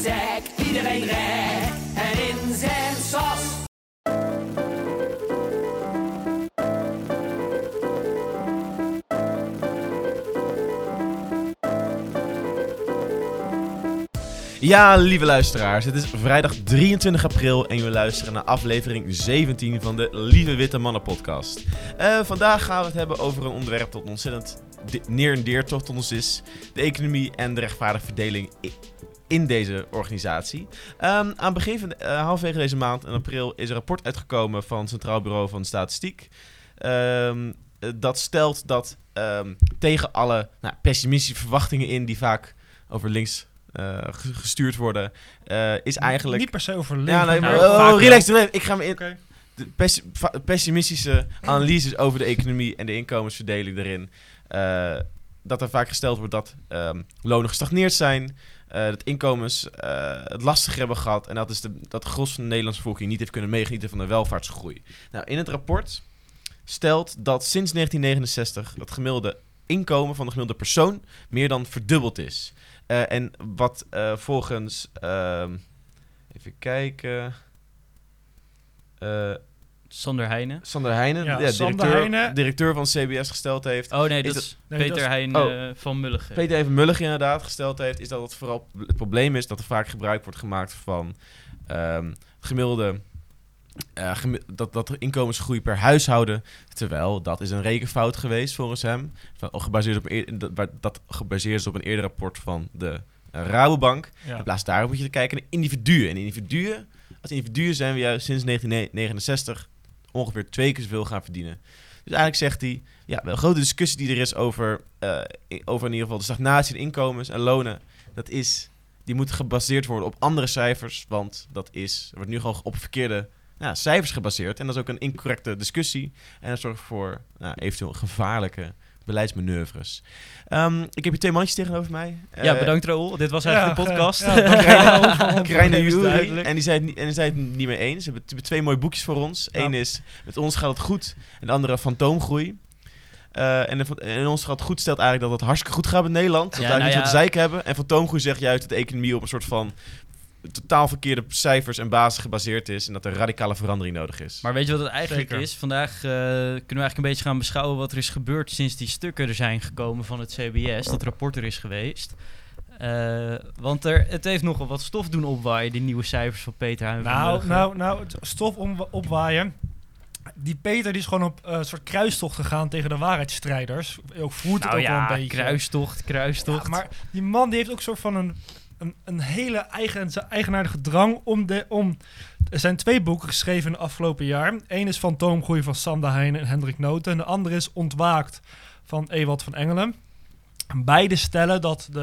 gezegd, iedereen recht en in zijn sas. Ja, lieve luisteraars, het is vrijdag 23 april en we luisteren naar aflevering 17 van de Lieve Witte Mannen podcast. Vandaag gaan we het hebben over een onderwerp dat ontzettend neer en deer tot ons is. De economie en de rechtvaardige verdeling in deze organisatie. Aan het begin van halverwege deze maand, in april, is een rapport uitgekomen van het Centraal Bureau van Statistiek. Dat stelt dat tegen alle pessimistische verwachtingen in die vaak over links gestuurd worden, is eigenlijk... Niet per se over links. Ja, nee, maar... relax, ik ga me in... Okay. De pessimistische analyses over de economie en de inkomensverdeling erin. Dat er vaak gesteld wordt dat lonen gestagneerd zijn, dat inkomens het lastig hebben gehad en dat de gros van de Nederlandse bevolking niet heeft kunnen meegenieten van de welvaartsgroei. Nou, in het rapport stelt dat sinds 1969 het gemiddelde inkomen van de gemiddelde persoon meer dan verdubbeld is. En wat volgens... even kijken... Sander Heijnen, directeur van CBS gesteld heeft... Oh nee, dat is Peter Heijnen van Mulligen. Peter even Mulligen inderdaad gesteld heeft... is dat het vooral het probleem is dat er vaak gebruik wordt gemaakt van gemiddelde... dat er inkomensgroei per huishouden... terwijl dat is een rekenfout geweest volgens hem... dat gebaseerd is op een eerder rapport van de Rabobank. Ja. In plaats daarop moet je kijken naar individuen. En als individuen zijn we juist sinds 1969 ongeveer 2 keer zoveel gaan verdienen. Dus eigenlijk zegt hij... ja, de grote discussie die er is over in ieder geval de stagnatie in inkomens en lonen... die moet gebaseerd worden op andere cijfers... want wordt nu gewoon op verkeerde... cijfers gebaseerd. En dat is ook een incorrecte discussie. En dat zorgt voor eventueel gevaarlijke beleidsmanoeuvres. Ik heb hier 2 mannetjes tegenover mij. Bedankt Raoul. Dit was eigenlijk de podcast. Krijn en Jury. En die zijn het niet mee eens. Ze hebben 2 mooie boekjes voor ons. Eén is Met ons gaat het goed. En de andere Fantoomgroei. En ons gaat het goed stelt eigenlijk dat het hartstikke goed gaat met Nederland. Dat we eigenlijk niet wat te zeiken hebben. En Fantoomgroei zegt juist dat de economie op een soort van... totaal verkeerde cijfers en basis gebaseerd is... en dat er radicale verandering nodig is. Maar weet je wat het eigenlijk is? Vandaag kunnen we eigenlijk een beetje gaan beschouwen... wat er is gebeurd sinds die stukken er zijn gekomen van het CBS. Dat rapport er is geweest. Want het heeft nogal wat stof doen opwaaien... die nieuwe cijfers van Peter Heijnen. Nou, stof opwaaien... Die Peter die is gewoon op een soort kruistocht gegaan tegen de waarheidsstrijders. Ook voert het ook wel een beetje. Kruistocht. Ja, maar die man die heeft ook een soort van een hele eigenaardige drang om... Er zijn 2 boeken geschreven in het afgelopen jaar. Eén is Fantoomgroei van Sander Heijnen en Hendrik Noten. En de andere is Ontwaakt van Ewald van Engelen. Beide stellen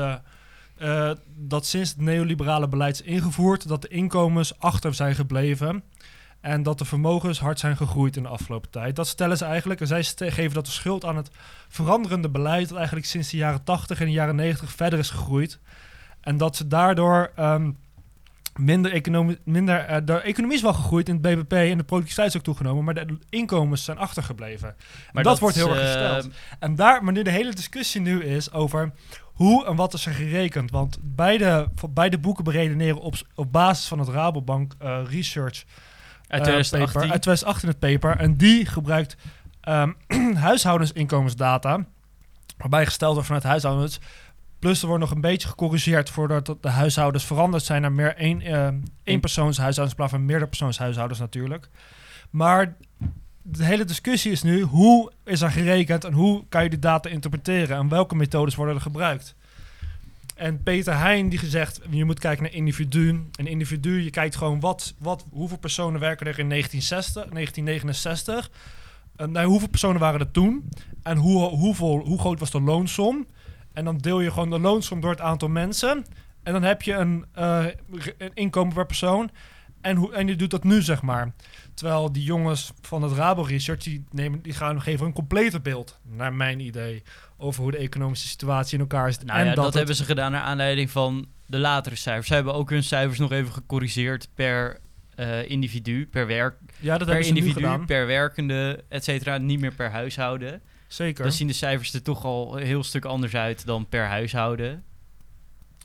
dat sinds het neoliberale beleid is ingevoerd... dat de inkomens achter zijn gebleven... en dat de vermogens hard zijn gegroeid in de afgelopen tijd. Dat stellen ze eigenlijk. En zij geven dat de schuld aan het veranderende beleid... dat eigenlijk sinds de jaren 80 en de jaren 90 verder is gegroeid... En dat ze daardoor de economie is wel gegroeid in het BBP en de productiviteit is ook toegenomen, maar de inkomens zijn achtergebleven. Maar dat wordt heel erg gesteld. Maar nu de hele discussie nu is over hoe en wat is er gerekend. Want beide boeken beredeneren op basis van het Rabobank Research uit 2018. Uit 2018 het paper. En die gebruikt huishoudensinkomensdata, waarbij gesteld wordt vanuit huishoudens. Plus er wordt nog een beetje gecorrigeerd voordat de huishoudens veranderd zijn naar meer éénpersoonshuishoudens in plaats van meerderpersoonshuishoudens natuurlijk. Maar de hele discussie is nu, hoe is er gerekend en hoe kan je die data interpreteren en welke methodes worden er gebruikt? En Peter Heijn die gezegd, je moet kijken naar individuen. Een individu, je kijkt gewoon hoeveel personen werken er in 1969. Hoeveel personen waren er toen? En hoe groot was de loonsom? En dan deel je gewoon de loonsom door het aantal mensen. En dan heb je een inkomen per persoon. En je doet dat nu, zeg maar. Terwijl die jongens van het Rabo Research, die geven een completer beeld, naar mijn idee, over hoe de economische situatie in elkaar zit. Nou ja, dat hebben ze gedaan naar aanleiding van de latere cijfers. Ze hebben ook hun cijfers nog even gecorrigeerd per individu, per individu, per werkende, et cetera. Niet meer per huishouden. Zeker. Dan zien de cijfers er toch al een heel stuk anders uit dan per huishouden.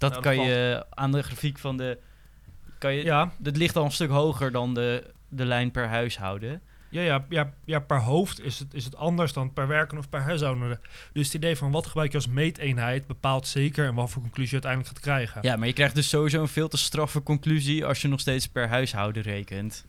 Dat Nou, kan dat je aan de grafiek van de... Ja, Dat ligt al een stuk hoger dan de lijn per huishouden. ja, per hoofd is het anders dan per werken of per huishouden. Dus het idee van wat gebruik je als meeteenheid bepaalt zeker en wat voor conclusie je uiteindelijk gaat krijgen. Ja, maar je krijgt dus sowieso een veel te straffe conclusie als je nog steeds per huishouden rekent.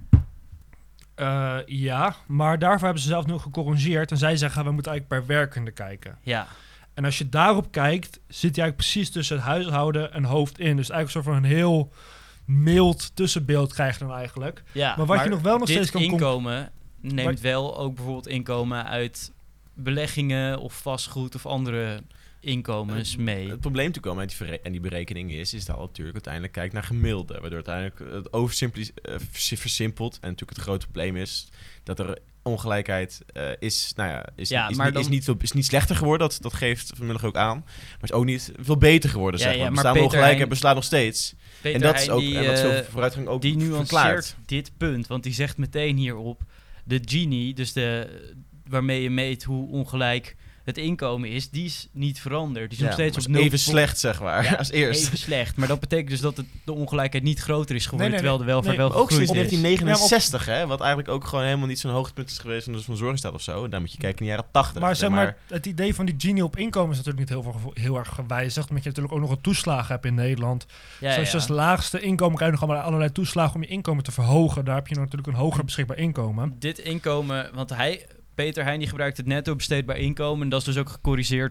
Ja, maar daarvoor hebben ze zelf nu gecorrigeerd en zij zeggen we moeten eigenlijk per werkende kijken. Ja, En als je daarop kijkt, zit je eigenlijk precies tussen het huishouden en hoofd in. Dus eigenlijk een soort van een heel mild tussenbeeld krijg je dan eigenlijk. ja. Maar wat je nog wel nog dit steeds kan inkomen neemt Wat- wel ook bijvoorbeeld inkomen uit beleggingen of vastgoed of andere inkomens mee. Het probleem te komen en die berekening is dat het natuurlijk uiteindelijk kijkt naar gemiddelde. Waardoor uiteindelijk het versimpelt. En natuurlijk het grote probleem is dat er ongelijkheid is niet slechter geworden. Dat geeft vanmiddag ook aan. Maar is ook niet veel beter geworden. Ja, Zeg maar. ja, maar Bestaan Peter ongelijkheid Heijn- bestaat nog steeds. Peter En dat is Heijn, ook en dat is zo vooruitgang ook die verklaart. nuanceert dit punt, want die zegt meteen hierop... de Gini, dus waarmee je meet hoe ongelijk het inkomen is... die is niet veranderd. Die is nog steeds maar op is 0. even slecht, zeg maar, Ja, als eerst. Even slecht. Maar dat betekent dus dat de ongelijkheid niet groter is geworden... Nee, terwijl de welvaart nee, wel Ook sinds gegroeid is. 1969, hè, wat eigenlijk ook gewoon helemaal niet zo'n hoogtepunt is geweest... van de zorgstaat of zo. Dan moet je kijken in de jaren 80. Maar zeg maar, het idee van die Gini op inkomen is natuurlijk niet heel erg gewijzigd. Omdat je natuurlijk ook nog een toeslagen hebt in Nederland. Ja, Zoals je als laagste inkomen krijg je nog allemaal allerlei toeslagen om je inkomen te verhogen. Daar heb je natuurlijk een hoger beschikbaar inkomen. Dit inkomen, want Peter Heijn die gebruikt het netto besteedbaar inkomen... en dat is dus ook gecorrigeerd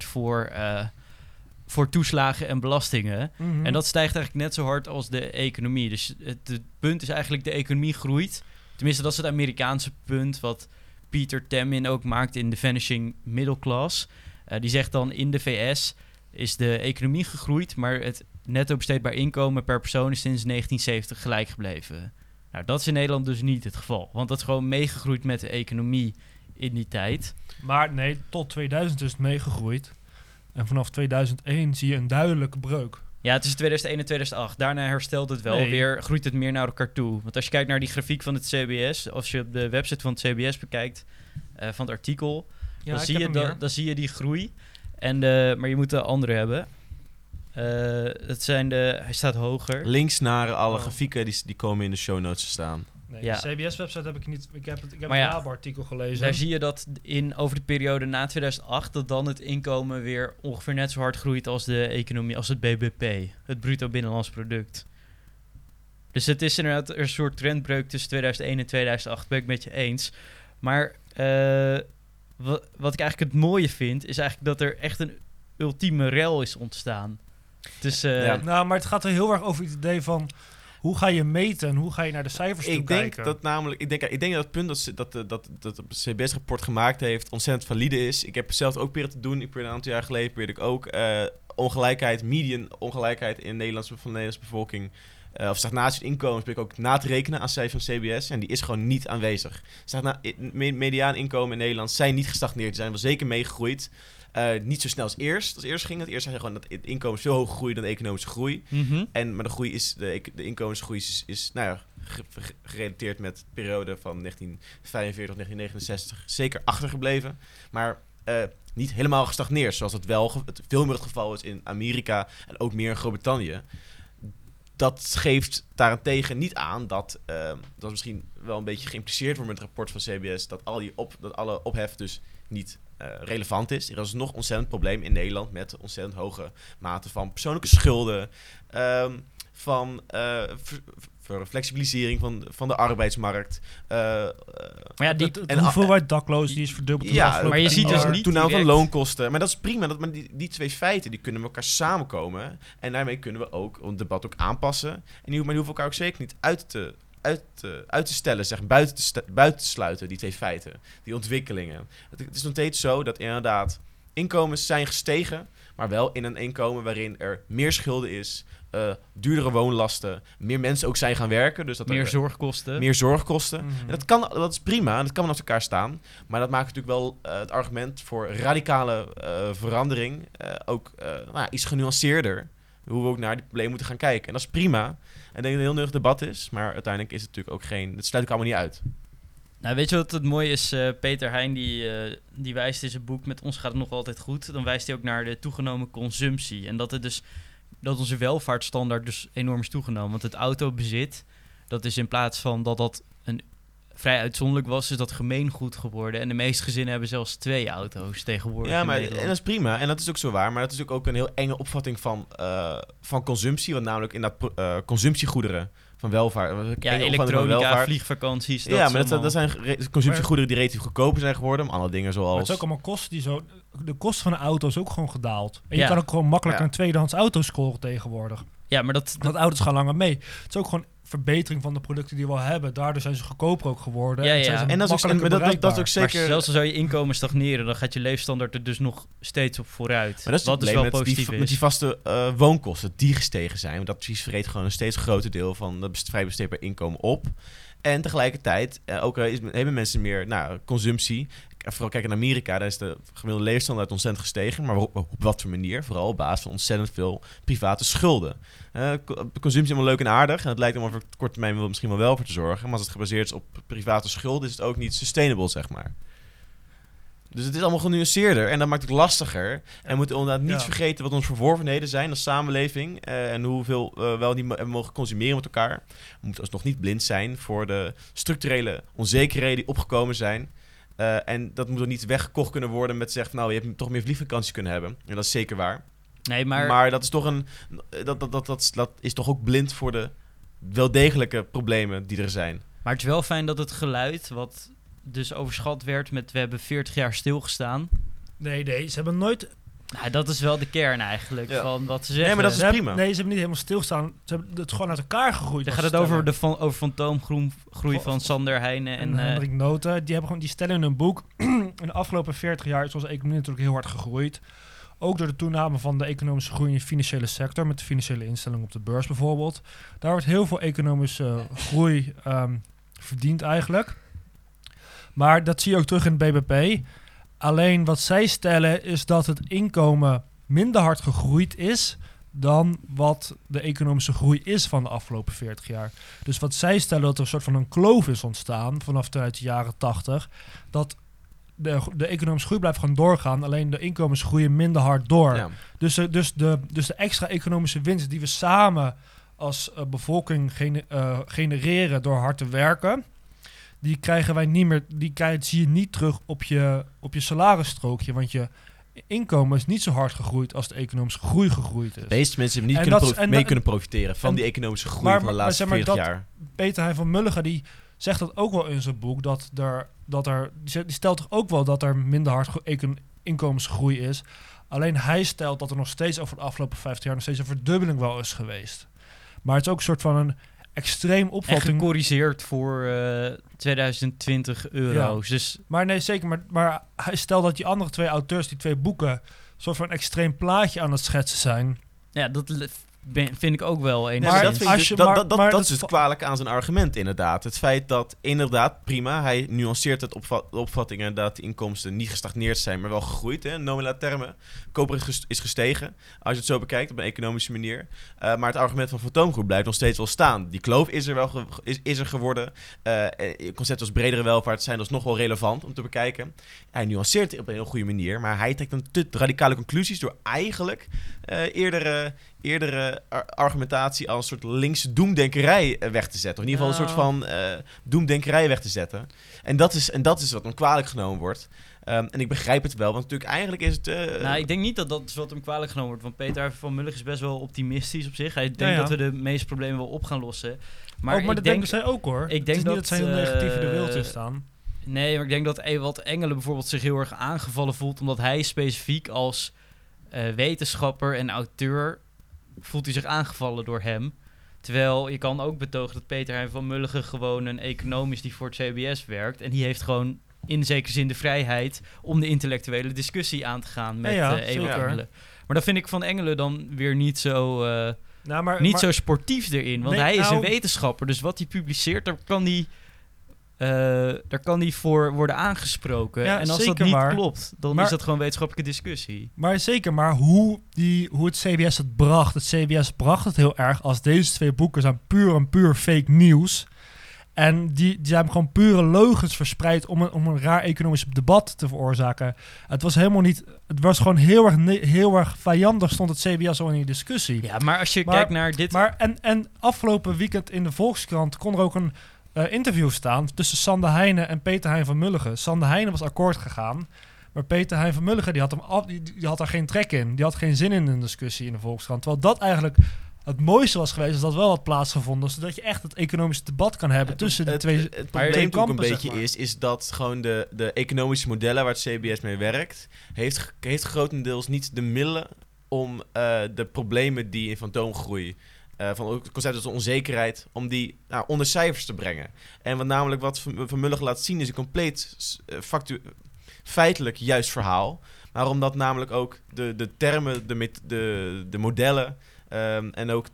voor toeslagen en belastingen. Mhm. En dat stijgt eigenlijk net zo hard als de economie. Dus het punt is eigenlijk de economie groeit. Tenminste, dat is het Amerikaanse punt... wat Peter Tamin ook maakt in The Vanishing Middle Class. Die zegt dan in de VS is de economie gegroeid... maar het netto besteedbaar inkomen per persoon is sinds 1970 gelijk gebleven. Nou, dat is in Nederland dus niet het geval. Want dat is gewoon meegegroeid met de economie in die tijd. Maar nee, tot 2000 is het meegegroeid. En vanaf 2001 zie je een duidelijke breuk. Ja, het is 2001 en 2008. Daarna herstelt het wel Nee. weer, groeit het meer naar elkaar toe. Want als je kijkt naar die grafiek van het CBS... als je op de website van het CBS bekijkt, van het artikel... Ja, dan zie je die groei. Maar je moet de andere hebben. Hij staat hoger. Links naar alle Oh. grafieken, die komen in de show notes te staan. Nee, Ja. de CBS-website heb ik niet. Ik heb Maar ja, het Rabo-artikel gelezen. Daar zie je dat over de periode na 2008... dat dan het inkomen weer ongeveer net zo hard groeit als de economie... als het BBP, het bruto binnenlands product. Dus het is inderdaad een soort trendbreuk tussen 2001 en 2008. Ben ik met je eens. Maar wat ik eigenlijk het mooie vind... is eigenlijk dat er echt een ultieme rel is ontstaan. Dus, Ja. Nou, maar het gaat er heel erg over het idee van... hoe ga je meten en hoe ga je naar de cijfers toe Ik denk kijken? dat namelijk, ik denk dat het punt dat het CBS-rapport gemaakt heeft ontzettend valide is. Ik heb het zelf ook proberen te doen. Een aantal jaar geleden probeerde ik ook ongelijkheid, median ongelijkheid in van de Nederlandse bevolking. Of stagnatie in inkomens probeer ik ook na te rekenen aan cijfers van CBS. En die is gewoon niet aanwezig. Mediaan inkomen in Nederland zijn niet gestagneerd. Die zijn wel zeker meegegroeid. Niet zo snel als eerst. Als eerst ging het. Eerst zei je gewoon dat het inkomen veel hoger groeit dan de economische groei. Maar de groei is, de inkomensgroei is gerelateerd met de periode van 1945 tot 1969 zeker achtergebleven. Maar niet helemaal gestagneerd, zoals het veel meer het geval is in Amerika en ook meer in Groot-Brittannië. Dat geeft daarentegen niet aan dat misschien wel een beetje geïmpliceerd wordt met het rapport van CBS, dat alle ophef dus niet relevant is. Er is nog ontzettend probleem in Nederland met ontzettend hoge mate van persoonlijke schulden, van flexibilisering van de arbeidsmarkt. Maar ja, de hoeveelheid daklozen die is verdubbeld. in de afgelopen maar je ziet 10 dus jaar. niet toename van direct. loonkosten. Maar dat is prima. Maar die twee feiten die kunnen met elkaar samenkomen. En daarmee kunnen we ook het debat ook aanpassen. En die hoeven elkaar ook zeker niet uit te stellen, zeg, buiten te sluiten, die twee feiten, die ontwikkelingen. Het is nog steeds zo dat inderdaad inkomens zijn gestegen, maar wel in een inkomen waarin er meer schulden is, duurdere woonlasten, meer mensen ook zijn gaan werken. Dus dat Meer er, zorgkosten. meer zorgkosten. Mhm. En dat is prima, dat kan naast elkaar staan. Maar dat maakt natuurlijk wel het argument voor radicale verandering ook iets genuanceerder. Hoe we ook naar die problemen moeten gaan kijken. En dat is prima. En ik denk dat het een heel nuttig debat is. Maar uiteindelijk is het natuurlijk ook dat sluit ik allemaal niet uit. Nou, weet je wat het mooie is? Peter Heijn die wijst in zijn boek Met ons gaat het nog altijd goed. Dan wijst hij ook naar de toegenomen consumptie. En dat het dus dat onze welvaartsstandaard dus enorm is toegenomen. Want het autobezit, dat is in plaats van dat een vrij uitzonderlijk was, is dat gemeengoed geworden. En de meeste gezinnen hebben zelfs 2 auto's tegenwoordig. Ja, in maar, Nederland. en dat is prima. En dat is ook zo waar. Maar dat is ook een heel enge opvatting van consumptie. Want namelijk inderdaad consumptiegoederen van welvaart. Ja, Enge opvatting van elektronica, welvaart. vliegvakanties. Ja, maar allemaal- dat zijn consumptiegoederen die relatief goedkoper zijn geworden. Maar andere dingen Maar het zoals... is ook allemaal kosten die zo... De kosten van een auto is ook gewoon gedaald. En je Ja. kan ook gewoon makkelijk Ja. een tweedehands auto scoren tegenwoordig. Ja, maar dat Want auto's gaan langer mee. Het is ook gewoon verbetering van de producten die we al hebben. Daardoor zijn ze goedkoper ook geworden. Ja, en ja. zijn ze En dat is ook, makkelijker dat is bereikbaar. ook zeker... Maar zelfs al zou je inkomen stagneren, dan gaat je leefstandaard er dus nog steeds op vooruit. Maar dat is het wat dus probleem wel met positief die is. vaste woonkosten die gestegen zijn. Want dat precies vreet gewoon een steeds groter deel van het vrij besteedbaar inkomen op. En tegelijkertijd hebben mensen meer consumptie. Vooral kijk in Amerika, daar is de gemiddelde levensstandaard ontzettend gestegen. Maar op wat voor manier? Vooral op basis van ontzettend veel private schulden. Consumptie is allemaal leuk en aardig. En het lijkt allemaal voor korte termijn misschien wel wel voor te zorgen. Maar als het gebaseerd is op private schulden, is het ook niet sustainable, zeg maar. Dus het is allemaal genuanceerder en dat maakt het lastiger. En we moeten inderdaad niet vergeten wat onze verworvenheden zijn als samenleving. En hoeveel we wel niet mogen consumeren met elkaar. We moeten alsnog niet blind zijn voor de structurele onzekerheden die opgekomen zijn. En dat moet er niet weggekocht kunnen worden met zeggen van, je hebt toch meer vliegvakanties kunnen hebben. En dat is zeker waar. Nee, maar Maar dat is toch dat is toch ook blind voor de wel degelijke problemen die er zijn. Maar het is wel fijn dat het geluid, wat dus overschat werd met we hebben 40 jaar stilgestaan. Nee, ze hebben nooit... Nou, dat is wel de kern eigenlijk van wat ze zeggen. Nee, maar dat is Ze hebben- prima. Nee, ze hebben niet helemaal stilstaan. Ze hebben het gewoon uit elkaar gegroeid. Dan als gaat het over stellen. over fantoomgroei van Sander Heijnen En en Hendrik Noten, die stellen in hun boek... in de afgelopen 40 jaar is onze economie natuurlijk heel hard gegroeid. Ook door de toename van de economische groei in de financiële sector... met de financiële instellingen op de beurs bijvoorbeeld. Daar wordt heel veel economische groei verdiend eigenlijk. Maar dat zie je ook terug in het BBP. Alleen wat zij stellen is dat het inkomen minder hard gegroeid is... dan wat de economische groei is van de afgelopen 40 jaar. Dus wat zij stellen dat er een soort van een kloof is ontstaan... vanaf de jaren 80... dat de economische groei blijft gewoon doorgaan... alleen de inkomens groeien minder hard door. Ja. Dus de extra economische winst die we samen als bevolking genereren door hard te werken... die krijgen wij niet meer, zie je niet terug op je salarisstrookje. Want je inkomen is niet zo hard gegroeid als de economische groei gegroeid is. De meeste mensen hebben En niet dat is- kunnen profiteren van die economische groei van de laatste zeg maar 40 dat- jaar. Peter Hein van Mulligen die zegt dat ook wel in zijn boek. Die stelt toch ook wel dat er minder hard inkomensgroei is. Alleen hij stelt dat er nog steeds over de afgelopen 50 jaar nog steeds een verdubbeling wel is geweest. Maar het is ook een soort van een extreem en opvatting. gecorrigeerd voor 2020 euro's. Dus Maar nee, zeker. Maar hij stelt dat die andere 2 auteurs, die 2 boeken... een soort van extreem plaatje aan het schetsen zijn. ja, dat vind ik ook wel Nee, enigszins. maar Maar dat, vind ik als dus- je- dat, maar- dat, maar dat dat is het va- kwalijke aan zijn argument inderdaad. Het feit dat inderdaad, prima, hij nuanceert het de opvattingen dat de inkomsten niet gestagneerd zijn, maar wel gegroeid. Hè, in nominale termen. Koper is gestegen, als je het zo bekijkt op een economische manier. Maar het argument van fantoomgroep blijft nog steeds wel staan. Die kloof is er wel is er geworden. Concepten als bredere welvaart zijn dus nog wel relevant om te bekijken. Hij nuanceert het op een heel goede manier, maar hij trekt dan te radicale conclusies door eigenlijk eerdere argumentatie als een soort linkse doemdenkerij weg te zetten. Of in ieder geval een soort van doemdenkerij weg te zetten. En dat is wat hem kwalijk genomen wordt. En ik begrijp het wel, want natuurlijk eigenlijk is het... Nou, ik denk niet dat dat is wat hem kwalijk genomen wordt. Want Peter van Mulligen is best wel optimistisch op zich. Hij denkt Ja. dat we de meeste problemen wel op gaan lossen. Maar ik dat denk, denken zij ook hoor. ik Het denk is niet dat zij heel negatief in de wereld dat, staan. Nee, maar ik denk dat Ewald Engelen bijvoorbeeld zich heel erg aangevallen voelt. Omdat hij specifiek als wetenschapper en auteur voelt hij zich aangevallen door hem. Terwijl je kan ook betogen dat Peter Hein van Mulligen gewoon een econoom is die voor het CBS werkt. En die heeft gewoon in zekere zin de vrijheid om de intellectuele discussie aan te gaan met Ja, Ewald zeker. Engelen. Maar dat vind ik van Engelen dan weer niet zo... Nou, maar, niet zo sportief erin, want Nee, hij is nou- een wetenschapper. Dus wat hij publiceert, daar kan hij voor worden aangesproken. Ja, en als zeker dat niet waar. klopt, dan Maar- is dat gewoon wetenschappelijke discussie. Maar zeker, maar hoe het CBS het bracht. Het CBS bracht het heel erg als deze 2 boeken zijn puur fake nieuws. En die hebben gewoon pure leugens verspreid om een raar economisch debat te veroorzaken. Het was helemaal niet... Het was gewoon heel erg vijandig stond het CBS al in die discussie. Ja, maar als je kijkt naar dit... En afgelopen weekend in de Volkskrant kon er ook een interview staan tussen Sander Heijnen en Peter Hein van Mulligen. Sander Heijnen was akkoord gegaan, maar Peter Hein van Mulligen die had daar geen trek in. Die had geen zin in een discussie in de Volkskrant. Terwijl dat eigenlijk het mooiste was geweest als dat wel had plaatsgevonden, zodat je echt het economische debat kan hebben tussen de twee Het probleem ook een beetje zeg maar. is dat gewoon de economische modellen waar het CBS mee werkt, heeft grotendeels niet de middelen om de problemen die in fantoomgroei, van ook het concept als onzekerheid, om die onder cijfers te brengen. En wat Van Mulligen laat zien is een compleet feitelijk juist verhaal. Maar omdat namelijk ook de termen, de modellen en ook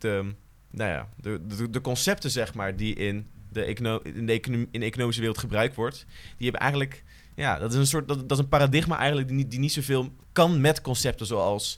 de concepten, zeg maar, die in de economische wereld gebruikt wordt, die hebben eigenlijk, dat is een paradigma eigenlijk die niet zoveel kan met concepten zoals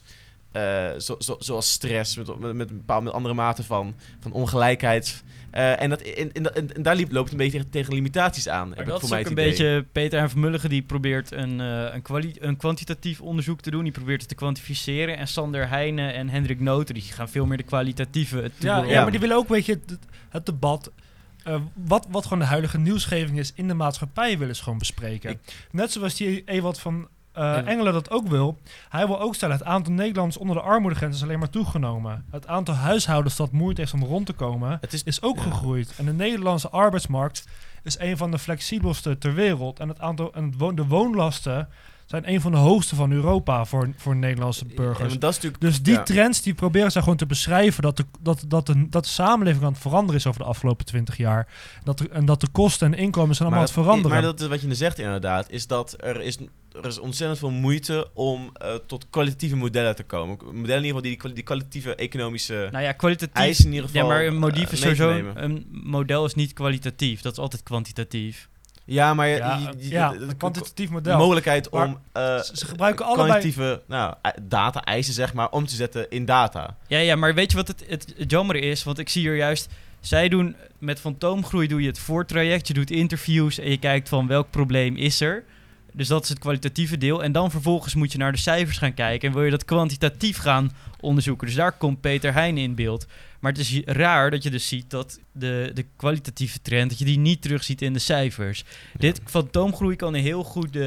stress, met andere maten van ongelijkheid. En daar loopt het een beetje tegen limitaties aan. Maar dat is ook een beetje Peter Hein van Mulligen, die probeert een kwantitatief onderzoek te doen. Die probeert het te kwantificeren. En Sander Heijnen en Hendrik Noten, die gaan veel meer de kwalitatieve... Ja, maar die willen ook, weet je, het debat... wat gewoon de huidige nieuwsgeving is in de maatschappij willen ze gewoon bespreken. Net zoals die Ewald van Engelen dat ook wil. Hij wil ook stellen, het aantal Nederlanders onder de armoedegrens is alleen maar toegenomen. Het aantal huishoudens dat moeite heeft om rond te komen, is ook gegroeid. En de Nederlandse arbeidsmarkt is een van de flexibelste ter wereld. En de woonlasten zijn een van de hoogste van Europa voor Nederlandse burgers. Ja, dat is natuurlijk, dus die trends die proberen zij gewoon te beschrijven dat de samenleving aan het veranderen is over de afgelopen 20 jaar. Dat de kosten en inkomens zijn allemaal aan het veranderen. Maar dat is wat je nu zegt inderdaad, is dat er is ontzettend veel moeite om tot kwalitatieve modellen te komen. Modellen in ieder geval die kwalitatieve economische kwalitatief, eisen in ieder geval maar een modief is sowieso... Een model is niet kwalitatief, dat is altijd kwantitatief. Ja, maar een kwantitatief model. De mogelijkheid om ze gebruiken allebei kwantitatieve data-eisen, zeg maar, om te zetten in data. Ja, maar weet je wat het jammer is? Want ik zie hier juist... Zij doen met fantoomgroei doe je het voortraject. Je doet interviews en je kijkt van welk probleem is er. Dus dat is het kwalitatieve deel. En dan vervolgens moet je naar de cijfers gaan kijken. En wil je dat kwantitatief gaan onderzoeken. Dus daar komt Peter Heijn in beeld. Maar het is raar dat je dus ziet dat de kwalitatieve trend, dat je die niet terugziet in de cijfers. Ja. Dit fantoomgroei kan een heel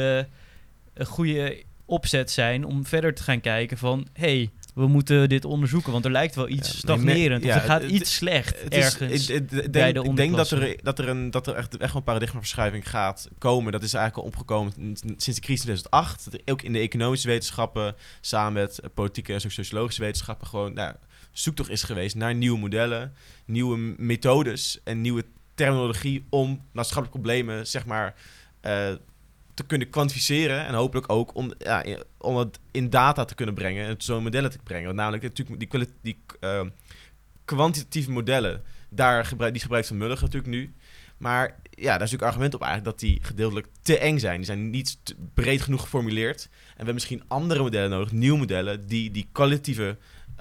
goede opzet zijn om verder te gaan kijken van... Hey, we moeten dit onderzoeken, want er lijkt wel iets stagnerend. Of er gaat iets slecht ergens bij de onderklasse. Ik denk dat er echt een paradigmaverschuiving gaat komen. Dat is eigenlijk al opgekomen sinds de crisis 2008. Dat er ook in de economische wetenschappen, samen met politieke en sociologische wetenschappen, gewoon zoektocht is geweest naar nieuwe modellen, nieuwe methodes en nieuwe terminologie om maatschappelijke problemen, zeg maar, te kunnen kwantificeren en hopelijk ook om het in data te kunnen brengen en zo'n modellen te brengen. Want namelijk natuurlijk die kwantitatieve modellen, die gebruikt Van Mulligen natuurlijk nu. Maar daar is natuurlijk argument op eigenlijk dat die gedeeltelijk te eng zijn. Die zijn niet breed genoeg geformuleerd. En we hebben misschien andere modellen nodig, nieuwe modellen, die kwalitatieve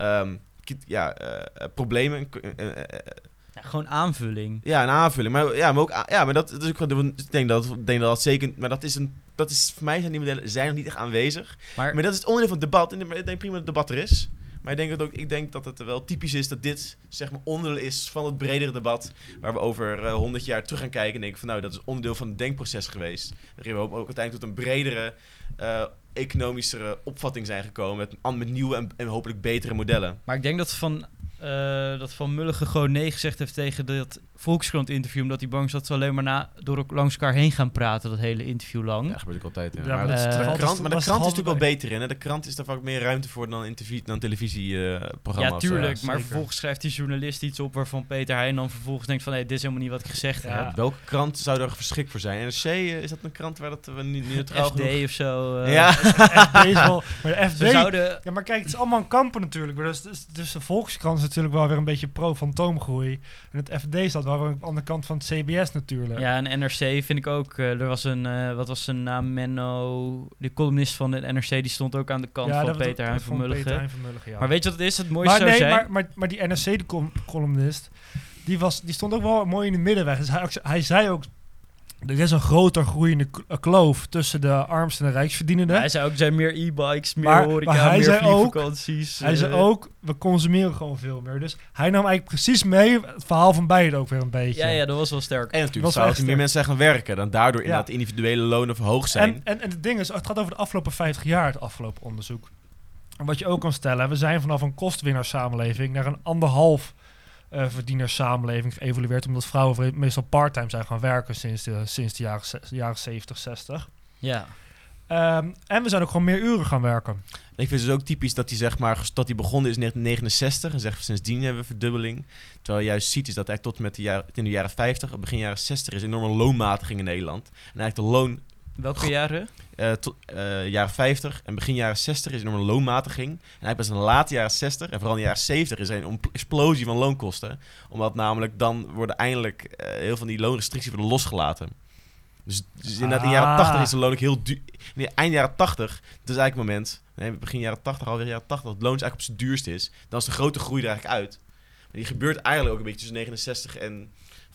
problemen... gewoon aanvulling. Ja, een aanvulling. Maar dat is ook... Ik denk dat zeker... Maar dat is voor mij zijn die modellen nog niet echt aanwezig. Maar dat is het onderdeel van het debat. En ik denk prima dat het debat er is. Maar ik denk dat het wel typisch is dat dit, zeg maar, onderdeel is van het bredere debat. Waar we over 100 jaar terug gaan kijken en denken van dat is onderdeel van het denkproces geweest. Waarin we ook uiteindelijk tot een bredere, economischere opvatting zijn gekomen. Met nieuwe en hopelijk betere modellen. Maar ik denk dat Van Mulligen gewoon nee gezegd heeft tegen dat Volkskrant-interview, omdat hij bang is dat ze alleen maar langs elkaar heen gaan praten, dat hele interview lang. Ja, dat gebeurt ook altijd. Ja. Ja, de krant is natuurlijk wel beter in. Hè? De krant is daar vaak meer ruimte voor dan televisieprogramma's. Ja, tuurlijk. Maar vervolgens schrijft die journalist iets op waarvan Peter Heijn dan vervolgens denkt van dit is helemaal niet wat ik gezegd heb. Welke krant zou er geschikt voor zijn? NRC, is dat een krant waar dat we niet neutraal FD genoeg? of zo. Ja, FD is wel... Maar de FD... Ja, maar kijk, het is allemaal een kampen natuurlijk. Dus de Volkskrant is natuurlijk wel weer een beetje pro-fantoomgroei. En het FD staat wel weer aan de kant van het CBS natuurlijk. Ja, en NRC vind ik ook... er was wat was zijn naam? Menno, de columnist van de NRC, die stond ook aan de kant van Peter Hein van Mulligen. Ja. Maar weet je wat het is? Het mooiste zou zijn... Maar die NRC-columnist... die stond ook wel mooi in de middenweg. Dus hij zei ook, er is een groter groeiende kloof tussen de armsten en de rijksverdienenden. Hij zei ook, er zijn meer e-bikes, meer Maar horeca, hij meer zei ook- vliegvakanties. Hij zei ook, we consumeren gewoon veel meer. Dus hij nam eigenlijk precies mee het verhaal van beiden ook weer een beetje. Ja, dat was wel sterk. En natuurlijk was zou echt er meer mensen zijn gaan werken. Dan daardoor Ja. inderdaad individuele lonen verhoogd zijn. En het ding is, het gaat over de afgelopen 50 jaar, het afgelopen onderzoek. En wat je ook kan stellen, we zijn vanaf een kostwinnaarssamenleving naar een 1,5 verdienerssamenleving geëvolueerd, omdat vrouwen meestal parttime zijn gaan werken sinds de jaren 70, 60. Ja. En we zijn ook gewoon meer uren gaan werken. En ik vind het dus ook typisch dat hij zeg maar dat hij begonnen is in 1969 en zegt sindsdien hebben we verdubbeling. Terwijl je juist ziet is dat eigenlijk tot met in de jaren 50, begin jaren 60 is een enorme loonmatiging in Nederland. En eigenlijk de loon Welke jaren? jaren 50 en begin jaren 60 is een enorme loonmatiging. En eigenlijk pas in de late jaren 60 en vooral in de jaren 70 is er een explosie van loonkosten. Omdat namelijk dan worden eindelijk heel van die loonrestricties worden losgelaten. Dus inderdaad in de jaren 80 is de loon ook heel duur. Eind jaren 80, dat is eigenlijk het moment, begin jaren 80, halfweg jaren 80, dat het loon is eigenlijk op zijn duurst is. Dan is de grote groei er eigenlijk uit. Maar die gebeurt eigenlijk ook een beetje tussen 69 en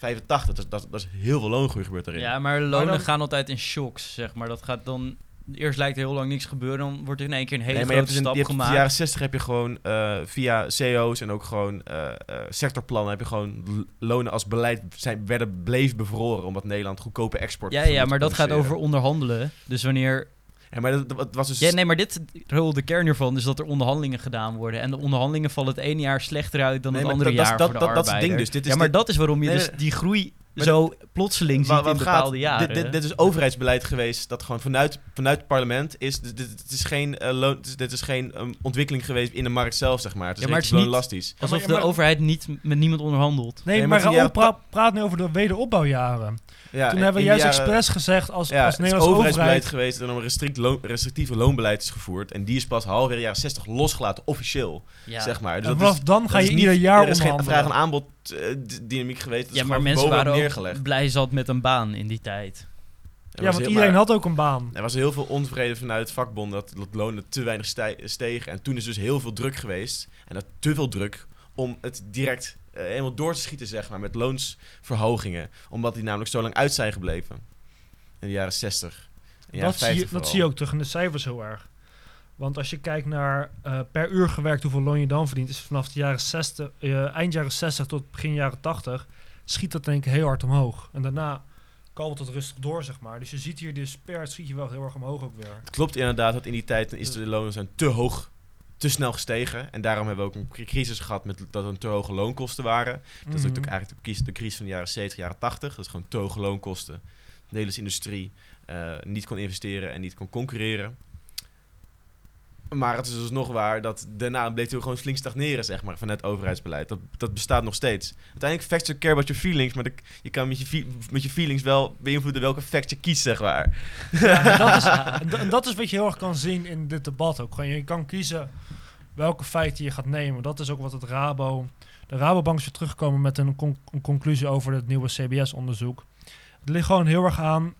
85. Dat is heel veel loongroei gebeurt erin. Ja, maar lonen dan- gaan altijd in shocks, zeg maar. Dat gaat dan... Eerst lijkt er heel lang niks gebeuren, dan wordt er in één keer een hele Nee, maar je grote hebt dus stap in de gemaakt. jaren 60 heb je gewoon via CEO's en ook gewoon sectorplannen heb je gewoon lonen als beleid bleef bevroren omdat Nederland goedkope export. Ja, maar dat gaat over onderhandelen. Dus wanneer... Ja, maar dat was dus. Ja, nee, maar de kern hiervan is dat er onderhandelingen gedaan worden. En de onderhandelingen vallen het ene jaar slechter uit dan Nee, het maar andere dat- jaar dat- voor de dat- dat is het arbeider. ding dus. Dit is ja, maar dit- dat is waarom je Nee, dus nee. die groei Maar zo plotseling ziet in bepaalde jaren. Dit is overheidsbeleid geweest dat gewoon vanuit het parlement is. Dit is geen, dit is geen ontwikkeling geweest in de markt zelf, zeg maar. Het is Ja, maar het is loonelastisch. Alsof Ja, de maar- overheid niet met niemand onderhandelt. Nee, Nee, maar maar in de Raoul jaren praat nu over de wederopbouwjaren. Ja, Toen hebben we in de juist jaren- expres gezegd als Ja, het is Nederlandse overheidsbeleid overheid... geweest dat er een restrictieve loonbeleid is gevoerd. En die is pas halverwege de jaren 60 losgelaten, officieel, Ja, zeg maar. Dus En dat vanaf is- dan ga dat je is niet- ieder jaar Er is geen onderhandelen. vraag en aanbod dynamiek geweest. Dat is ja maar gewoon mensen bovenop waren neergelegd. ook blij zat met een baan in die tijd. Er Ja, was want heel- iedereen maar had ook een baan. Er was heel veel onvrede vanuit het vakbond dat lonen te weinig stegen. En toen is dus heel veel druk geweest. En dat te veel druk om het direct helemaal door te schieten, zeg maar, met loonsverhogingen. Omdat die namelijk zo lang uit zijn gebleven. In de jaren 60. En jaren 50 Dat zie je ook terug in de cijfers heel erg. Want als je kijkt naar per uur gewerkt hoeveel loon je dan verdient, is vanaf de jaren 60, eind jaren 60 tot begin jaren 80, schiet dat denk ik heel hard omhoog. En daarna kalmt het rustig door, zeg maar. Dus je ziet hier dus per schiet je wel heel erg omhoog ook weer. Het klopt inderdaad dat in die tijd is de lonen zijn te hoog, te snel gestegen. En daarom hebben we ook een crisis gehad met dat er te hoge loonkosten waren. Dat is ook eigenlijk de crisis van de jaren 70, jaren 80. Dat is gewoon te hoge loonkosten. De Nederlandse industrie niet kon investeren en niet kon concurreren. Maar het is dus nog waar dat daarna bleef hij gewoon flink stagneren, zeg maar, vanuit overheidsbeleid. Dat bestaat nog steeds. Uiteindelijk facts don't care about your feelings, maar je kan met je feelings wel beïnvloeden welke fact je kiest, zeg maar. Ja, dat is wat je heel erg kan zien in dit debat ook. Gewoon, je kan kiezen welke feiten je gaat nemen. Dat is ook wat de Rabobank is weer teruggekomen met een conclusie over het nieuwe CBS-onderzoek. Het ligt gewoon heel erg aan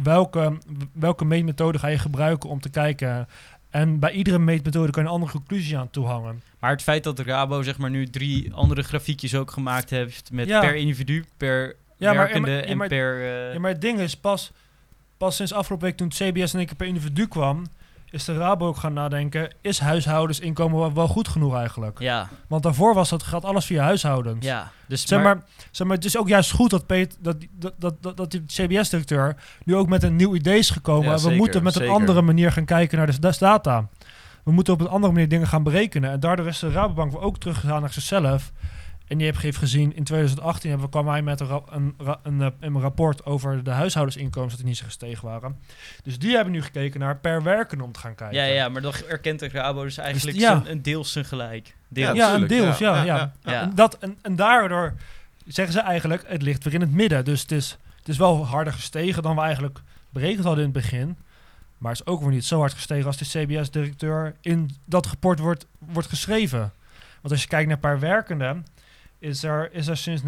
welke meetmethode ga je gebruiken om te kijken. En bij iedere meetmethode kan je een andere conclusie aan toehangen. Maar het feit dat de Rabo zeg maar nu 3 andere grafiekjes ook gemaakt heeft met Ja. per individu, per Ja, maar- werkende ja, en maar- per... Ja, maar het ding is, pas sinds afgelopen week toen het CBS in één keer per individu kwam, is de Rabo ook gaan nadenken, is huishoudensinkomen wel goed genoeg eigenlijk? ja, Want daarvoor gaat alles via huishoudens. ja. Dus Zeg maar, het is ook juist goed dat die CBS-directeur nu ook met een nieuw idee is gekomen. Ja, We zeker, moeten met zeker. een andere manier gaan kijken naar de data. We moeten op een andere manier dingen gaan berekenen. En daardoor is de Rabobank ook teruggegaan naar zichzelf. En die heeft gezien, in 2018 kwam hij met een rapport over de huishoudensinkomens dat die niet zo gestegen waren. Dus die hebben nu gekeken naar per werkende om te gaan kijken. ja, maar dan erkent de Rabo dus eigenlijk ja. een deels zijn gelijk. Ja, Ja, tuurlijk, een deels, ja. ja. En daardoor zeggen ze eigenlijk, het ligt weer in het midden. Dus het is wel harder gestegen dan we eigenlijk berekend hadden in het begin. Maar het is ook weer niet zo hard gestegen als de CBS-directeur in dat rapport wordt geschreven. Want als je kijkt naar per werkende, is er sinds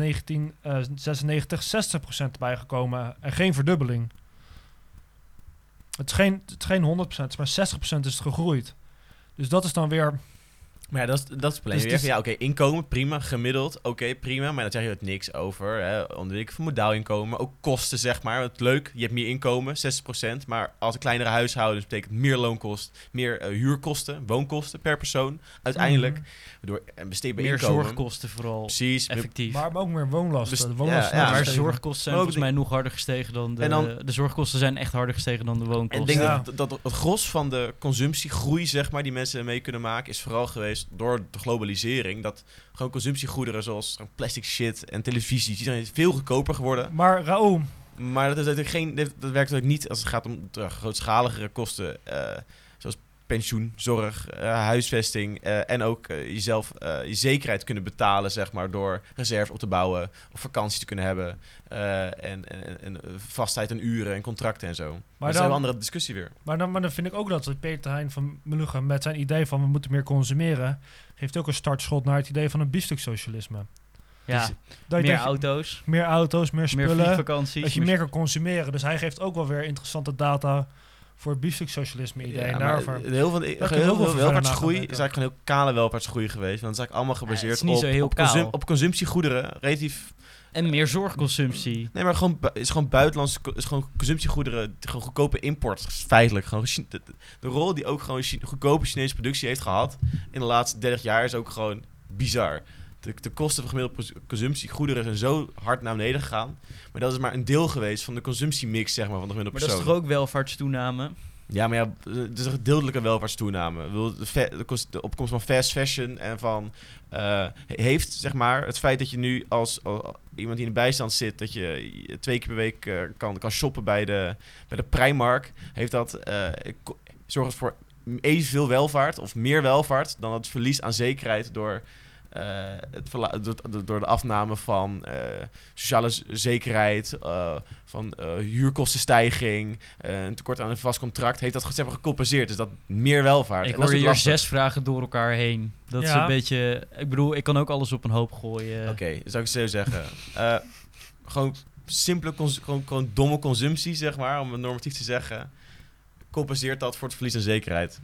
1996 60% bijgekomen en geen verdubbeling. Het is geen 100%, maar 60% is het gegroeid. Dus dat is dan weer Maar ja, dat is het probleem. Dus Je het zegt, ja, oké, inkomen, prima, gemiddeld, oké, prima. Maar dan zeg je het niks over. Ontwikkeling van modaalinkomen, maar ook kosten, zeg maar. Het leuk, je hebt meer inkomen, 60%. Maar als een kleinere huishoudens betekent meer loonkost, meer huurkosten, woonkosten per persoon. Uiteindelijk, door een besteedbaar Meer inkomen. zorgkosten vooral. Precies. Effectief. Maar ook meer woonlasten. Dus- De woonlasten ja, zijn maar gestegen. zorgkosten zijn Maar ook volgens mij nog harder gestegen dan de... En dan- de zorgkosten zijn echt harder gestegen dan de En woonkosten. ik denk Ja. dat het gros van de consumptiegroei, zeg maar, die mensen mee kunnen maken, is vooral geweest door de globalisering. Dat gewoon consumptiegoederen zoals plastic shit en televisies, die zijn veel goedkoper geworden. Maar Raoul, Maar dat werkt natuurlijk niet als het gaat om grootschaligere kosten, zoals pensioen, zorg, huisvesting en ook jezelf je zekerheid kunnen betalen, zeg maar, door reserves op te bouwen of vakantie te kunnen hebben en vastheid aan uren en contracten en zo. Maar dat is een andere discussie weer. maar dan vind ik ook dat Peter Hein van Meluga met zijn idee van we moeten meer consumeren, geeft ook een startschot naar het idee van een biefstuksocialisme. ja, Dat meer je auto's, meer auto's, meer meer spullen, vliegvakanties. dat je meer kan consumeren. Dus hij geeft ook wel weer interessante data voor het biefstuksocialisme idee. en maar daarover. heel veel kunnen we heel veel verder welvaartsgroei na is gaan eigenlijk gewoon heel kale welvaartsgroei geweest. Want het is eigenlijk allemaal gebaseerd het is niet zo heel op, kaal. op consumptiegoederen. Relatief. En meer zorgconsumptie. Nee, maar gewoon, het is gewoon buitenlandse is gewoon consumptiegoederen, gewoon goedkope import, feitelijk. Gewoon de rol die ook gewoon goedkope Chinese productie heeft gehad in de laatste 30 jaar is ook gewoon bizar. De kosten van gemiddelde consumptiegoederen zijn zo hard naar beneden gegaan. Maar dat is maar een deel geweest van de consumptiemix, zeg maar, van de gemiddelde Maar dat persoon. is toch ook welvaartstoename? Ja, maar ja, het is een gedeeltelijke welvaartstoename. Ik bedoel, de opkomst van fast fashion en van heeft, zeg maar, het feit dat je nu als iemand die in de bijstand zit, dat je 2 keer per week kan shoppen bij de Primark, heeft dat zorgt voor evenveel welvaart of meer welvaart dan het verlies aan zekerheid door door de afname van sociale zekerheid, van huurkostenstijging, een tekort aan een vast contract, heeft dat zeg maar gecompenseerd. Dus dat meer welvaart. Ik En dat hoor is hier ook lastig. 6 vragen door elkaar heen. Dat is Ja. een beetje... Ik bedoel, ik kan ook alles op een hoop gooien. Oké, dat zou ik zo zeggen. Gewoon simpele, gewoon domme consumptie, zeg maar, om het normatief te zeggen, compenseert dat voor het verlies aan zekerheid.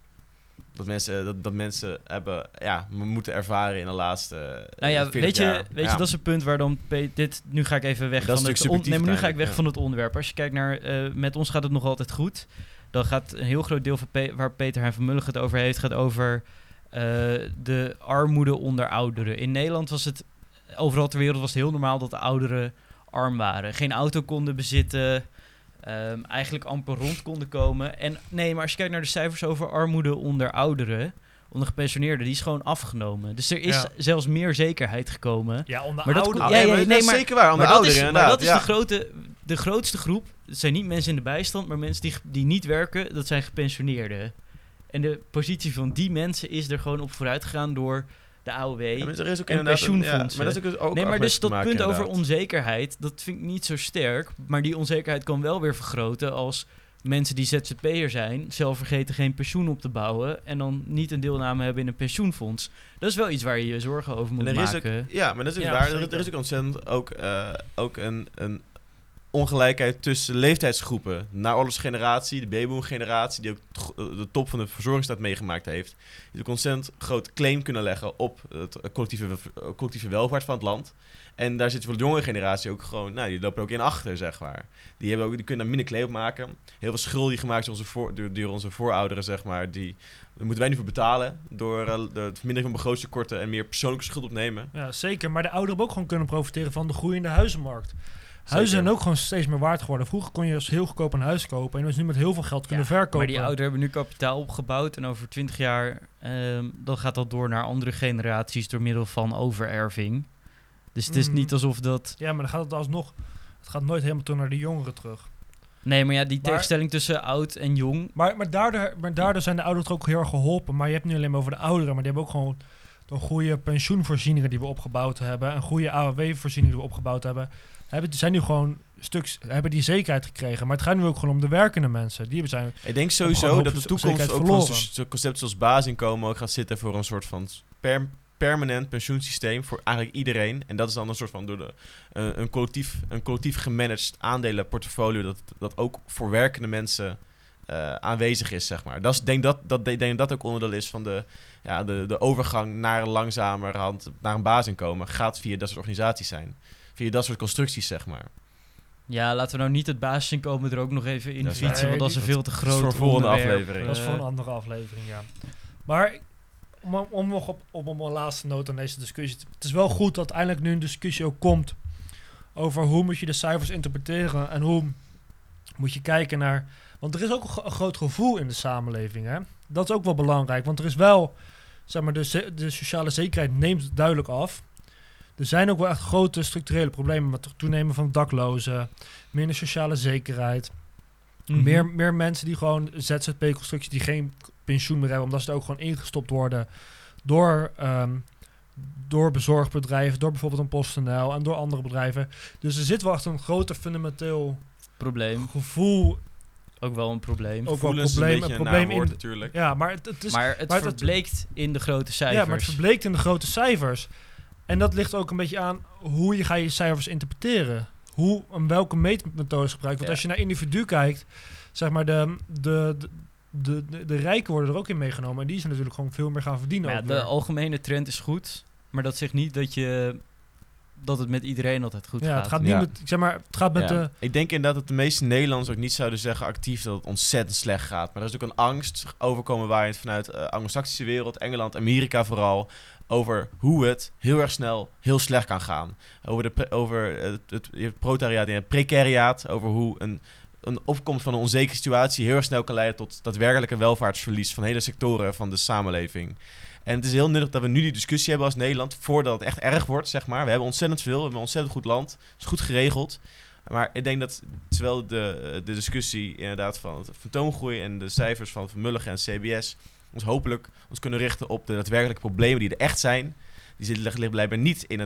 Dat mensen hebben, moeten ervaren in de laatste. Nou ja, 40 weet je, jaar. dat is een punt waar dan... Nu ga ik even weg Dat is van natuurlijk het... subjectief Nee, maar nu ga ik weg uiteindelijk, van het onderwerp. Als je kijkt naar... met ons gaat het nog altijd goed. Dan gaat een heel groot deel van waar Peter Hein van Mullig het over heeft, gaat over de armoede onder ouderen. In Nederland was het... Overal ter wereld was het heel normaal dat de ouderen arm waren. Geen auto konden bezitten... eigenlijk amper rond konden komen. En nee, maar als je kijkt naar de cijfers over armoede onder ouderen, onder gepensioneerden, die is gewoon afgenomen. Dus er is zelfs meer zekerheid gekomen. Ja, onder Maar dat ouderen. komt- ja, dat is maar- zeker waar. Onder Maar dat ouderen, is, inderdaad. de grootste groep. Het zijn niet mensen in de bijstand, maar mensen die niet werken, dat zijn gepensioneerden. En de positie van die mensen is er gewoon op vooruit gegaan door de AOW. Ja, maar er is ook en inderdaad pensioenfondsen. maar dat is ook Nee, maar dus te dat maken, punt over inderdaad. onzekerheid, dat vind ik niet zo sterk. Maar die onzekerheid kan wel weer vergroten als mensen die ZZP'er zijn, zelf vergeten geen pensioen op te bouwen en dan niet een deelname hebben in een pensioenfonds. Dat is wel iets waar je je zorgen over moet En er is maken. ook, maar dat is Ja, waar. zeker. Er is ook ontzettend ook een ongelijkheid tussen leeftijdsgroepen. Naoorlogsgeneratie, de babyboom-generatie, die ook de top van de verzorgingsstaat meegemaakt heeft, die ook ontzettend groot claim kunnen leggen op het collectieve welvaart van het land. En daar zit voor de jonge generatie ook gewoon, die lopen er ook in achter, zeg maar. Die kunnen daar minder claim op maken. Heel veel schulden die gemaakt zijn door onze voorouderen, zeg maar, daar moeten wij nu voor betalen door het verminderen van begrotingstekorten en meer persoonlijke schuld opnemen. Ja, zeker. Maar de ouderen hebben ook gewoon kunnen profiteren van de groeiende huizenmarkt. Huizen Zeker. zijn ook gewoon steeds meer waard geworden. Vroeger kon je dus heel goedkoop een huis kopen en dus nu met heel veel geld kunnen verkopen. Maar die ouderen hebben nu kapitaal opgebouwd en over 20 jaar dan gaat dat door naar andere generaties door middel van overerving. Dus het is Mhm. niet alsof dat... Ja, maar dan gaat het alsnog... Het gaat nooit helemaal toe naar de jongeren terug. Nee, maar ja, die Maar- tegenstelling tussen oud en jong... Maar daardoor zijn de ouderen toch ook heel erg geholpen. Maar je hebt nu alleen maar over de ouderen. Maar die hebben ook gewoon door goede pensioenvoorzieningen die we opgebouwd hebben. En goede AOW-voorzieningen die we opgebouwd hebben. Zijn nu gewoon hebben die zekerheid gekregen. Maar het gaat nu ook gewoon om de werkende mensen. Die zijn... Ik denk gewoon sowieso hoop- dat de toekomst zekerheid ook verloren. van zo'n concept zoals basisinkomen ook gaat zitten voor een soort van permanent pensioensysteem voor eigenlijk iedereen. En dat is dan een soort van door een collectief gemanaged aandelenportfolio dat ook voor werkende mensen aanwezig is, zeg maar. Ik denk dat ook onderdeel is van de overgang naar langzamerhand naar een basisinkomen. Gaat via dat soort organisaties zijn. Via dat soort constructies, zeg maar. Ja, laten we nou niet het basisinkomen er ook nog even in Dat is fietsen, waar. want dat is een veel te groot voor volgende onderwerp. aflevering. Dat is voor een andere aflevering, ja. Maar om nog op een laatste noot aan deze discussie. Het is wel goed dat eindelijk nu een discussie ook komt over hoe moet je de cijfers interpreteren en hoe moet je kijken naar... Want er is ook een groot gevoel in de samenleving, hè. Dat is ook wel belangrijk, want er is wel, zeg maar, de sociale zekerheid neemt duidelijk af. Er zijn ook wel echt grote structurele problemen met het toenemen van daklozen, minder sociale zekerheid. Meer mensen die gewoon ZZP-constructies die geen pensioen meer hebben, omdat ze er ook gewoon ingestopt worden door bezorgbedrijven, door bijvoorbeeld een PostNL en door andere bedrijven. Dus er zit wel echt een groter fundamenteel Probleem. gevoel, Ook wel een probleem. ook wel Gevoelens een een probleem beetje een in. nawoord natuurlijk. Ja, maar het is Maar het maar het- verbleekt in de grote cijfers. ja, maar het verbleekt in de grote cijfers. En dat ligt ook een beetje aan hoe je je cijfers interpreteren. Hoe en welke meetmethodes gebruikt. Want Ja. als je naar individu kijkt, zeg maar de rijken worden er ook in meegenomen. En die zijn natuurlijk gewoon veel meer gaan verdienen. Maar ja, ook de weer. algemene trend is goed, maar dat zegt niet dat het met iedereen altijd goed Ja, gaat. het gaat niet Ja. met, zeg maar, het gaat met Ja. de... Ik denk inderdaad dat de meeste Nederlanders ook niet zouden zeggen actief dat het ontzettend slecht gaat. Maar er is ook een angst overkomen waaiend vanuit de anglo-saxische wereld, Engeland, Amerika vooral, over hoe het heel erg snel heel slecht kan gaan. Over het protariaat en het precariaat, over hoe een opkomst van een onzekere situatie heel erg snel kan leiden tot daadwerkelijke welvaartsverlies van hele sectoren van de samenleving. En het is heel nuttig dat we nu die discussie hebben als Nederland, voordat het echt erg wordt, zeg maar. We hebben ontzettend veel, we hebben een ontzettend goed land, het is goed geregeld. Maar ik denk dat zowel de discussie inderdaad van het fantoomgroei en de cijfers van Vermulligen en CBS ons hopelijk kunnen richten op de daadwerkelijke problemen die er echt zijn. Die liggen blijkbaar niet in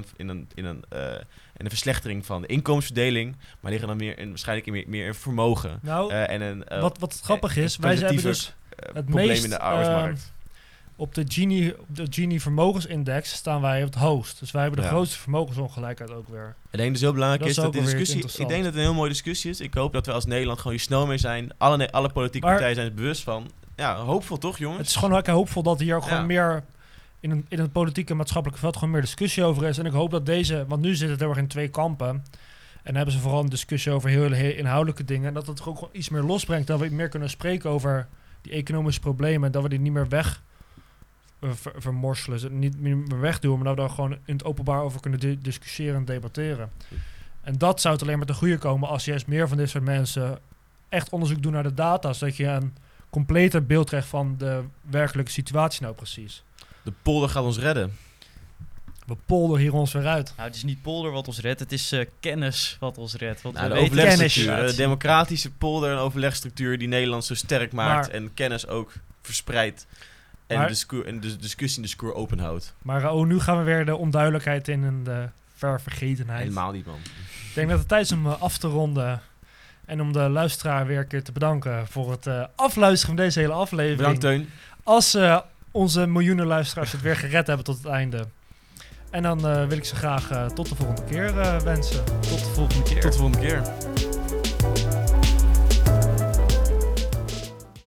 een verslechtering van de inkomensverdeling, maar liggen dan waarschijnlijk meer in vermogen. Nou, En een wat grappig is, een wij hebben kwalitatieve, dus het probleem meest in de arbeidsmarkt. op de Gini vermogensindex staan wij op het hoogst. Dus wij hebben de Ja. grootste vermogensongelijkheid ook weer. Ik denk dat het heel belangrijk Dat is is dat ook die wel weer discussie... Ik interessant. denk dat het een heel mooie discussie is. Ik hoop dat we als Nederland gewoon hier snel mee zijn. Alle politieke Maar- partijen zijn er bewust van. Ja, hoopvol toch, jongens? Het is gewoon ook hoopvol dat hier ook gewoon Ja. meer in het politieke en maatschappelijke veld gewoon meer discussie over is. En ik hoop dat want nu zit het heel erg in twee kampen. En dan hebben ze vooral een discussie over heel inhoudelijke dingen. En dat het er ook gewoon iets meer losbrengt. Dat we meer kunnen spreken over die economische problemen. En dat we die niet meer weg vermorselen. Ze niet meer wegduwen. Maar dat we daar gewoon in het openbaar over kunnen discussiëren en debatteren. En dat zou het alleen maar ten goede komen als juist meer van dit soort mensen echt onderzoek doen naar de data. Zodat je een completer beeld krijgt van de werkelijke situatie nou precies. De polder gaat ons redden. We polderen hier ons weer uit. Nou, het is niet polder wat ons redt, het is kennis wat ons redt. Want Nou, we de weten overlegstructuur, kennis. de democratische polder- en overlegstructuur die Nederland zo sterk maakt Maar- en kennis ook verspreidt. En Maar- de discussie en discours open houdt. Maar nu gaan we weer de onduidelijkheid in en de ververgetenheid. Helemaal niet, man. Ik denk dat het tijd is om af te ronden. En om de luisteraar weer een keer te bedanken voor het afluisteren van deze hele aflevering. Bedankt, Teun. Als onze miljoenen luisteraars het weer gered hebben tot het einde. En dan wil ik ze graag tot de volgende keer wensen. Tot de volgende keer. Tot de volgende keer.